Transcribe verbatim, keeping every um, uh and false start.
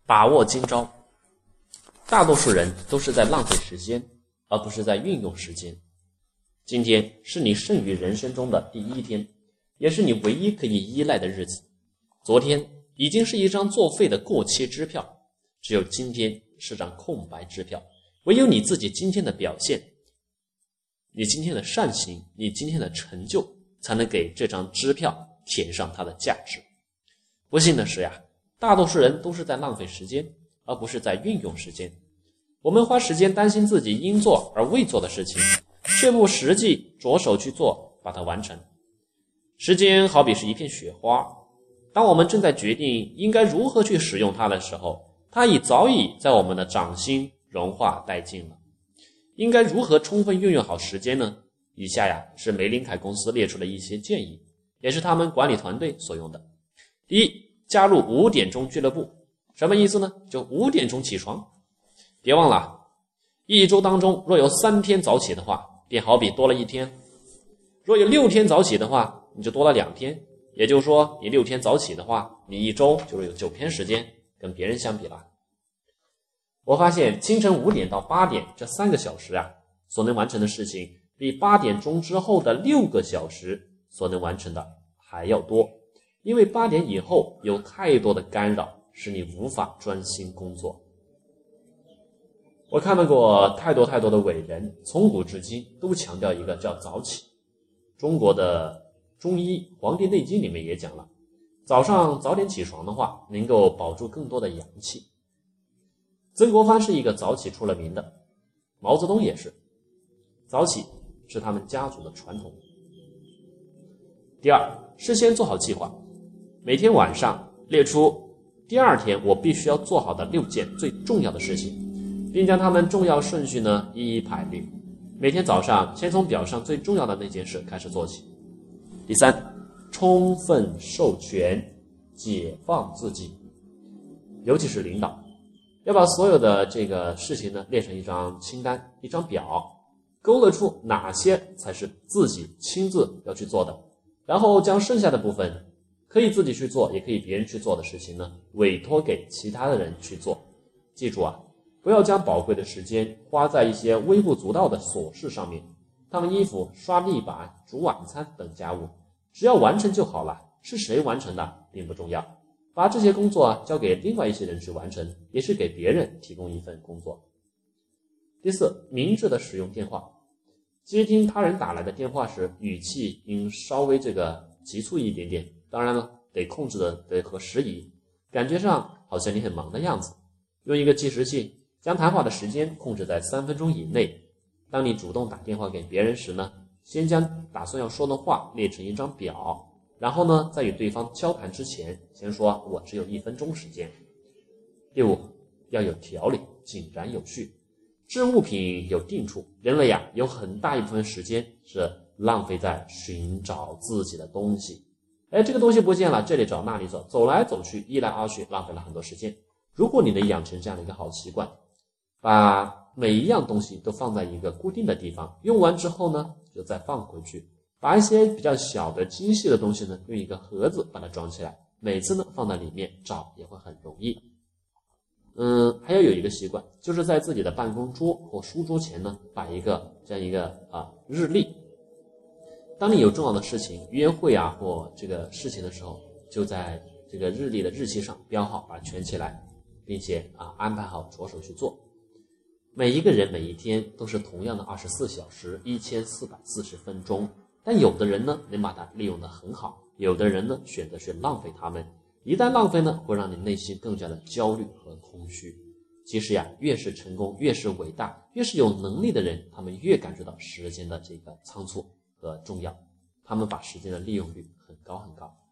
把握今朝。大多数人都是在浪费时间，而不是在运用时间。今天是你剩余人生中的第一天，也是你唯一可以依赖的日子。昨天已经是一张作废的过期支票，只有今天是张空白支票。唯有你自己今天的表现，你今天的善行，你今天的成就，才能给这张支票填上它的价值。不幸的是呀，大多数人都是在浪费时间，而不是在运用时间。我们花时间担心自己应做而未做的事情，却不实际着手去做，把它完成。时间好比是一片雪花，当我们正在决定应该如何去使用它的时候，它已早已在我们的掌心融化殆尽了。应该如何充分运用好时间呢？以下呀是玫琳凯公司列出的一些建议，也是他们管理团队所用的。第一，加入五点钟俱乐部。什么意思呢？就五点钟起床。别忘了，一周当中若有三天早起的话，便好比多了一天；若有六天早起的话，你就多了两天。也就是说，你六天早起的话，你一周就有九天时间跟别人相比了。我发现清晨五点到八点这三个小时啊，所能完成的事情比八点钟之后的六个小时所能完成的还要多。因为八点以后有太多的干扰，使你无法专心工作。我看到过太多太多的伟人，从古至今都强调一个叫早起。中国的中医《黄帝内经》里面也讲了，早上早点起床的话，能够保住更多的阳气。曾国藩是一个早起出了名的，毛泽东也是。早起是他们家族的传统。第二，事先做好计划，每天晚上列出第二天我必须要做好的六件最重要的事情，并将它们重要顺序呢一一排列。每天早上先从表上最重要的那件事开始做起。第三，充分授权，解放自己，尤其是领导，要把所有的这个事情呢列成一张清单，一张表，勾勒出哪些才是自己亲自要去做的，然后将剩下的部分可以自己去做，也可以别人去做的事情呢委托给其他的人去做。记住啊，不要将宝贵的时间花在一些微不足道的琐事上面，烫衣服、刷地板、煮晚餐等家务，只要完成就好了，是谁完成的并不重要。把这些工作啊交给另外一些人去完成，也是给别人提供一份工作。第四，明智的使用电话。接听他人打来的电话时，语气应稍微这个急促一点点，当然了，得控制的得合时宜，感觉上好像你很忙的样子。用一个计时器将谈话的时间控制在三分钟以内。当你主动打电话给别人时呢，先将打算要说的话列成一张表，然后呢，在与对方交谈之前，先说我只有一分钟时间。第五，要有条理，井然有序。置物品有定处，人类呀、啊，有很大一部分时间是浪费在寻找自己的东西。哎，这个东西不见了，这里找那里找，走来走去，一来二去，浪费了很多时间。如果你能养成这样的一个好习惯，把每一样东西都放在一个固定的地方，用完之后呢，就再放回去。把一些比较小的精细的东西呢，用一个盒子把它装起来，每次呢放在里面找也会很容易。嗯，还要有一个习惯，就是在自己的办公桌或书桌前呢，摆一个这样一个啊日历。当你有重要的事情、约会啊或这个事情的时候，就在这个日历的日期上标好，把它圈起来，并且啊安排好着手去做。每一个人每一天都是同样的二十四小时一千四百四十分钟。但有的人呢能把它利用得很好，有的人呢选择去浪费它们。一旦浪费呢，会让你内心更加的焦虑和空虚。其实呀，越是成功，越是伟大，越是有能力的人，他们越感觉到时间的这个仓促和重要，他们把时间的利用率很高很高。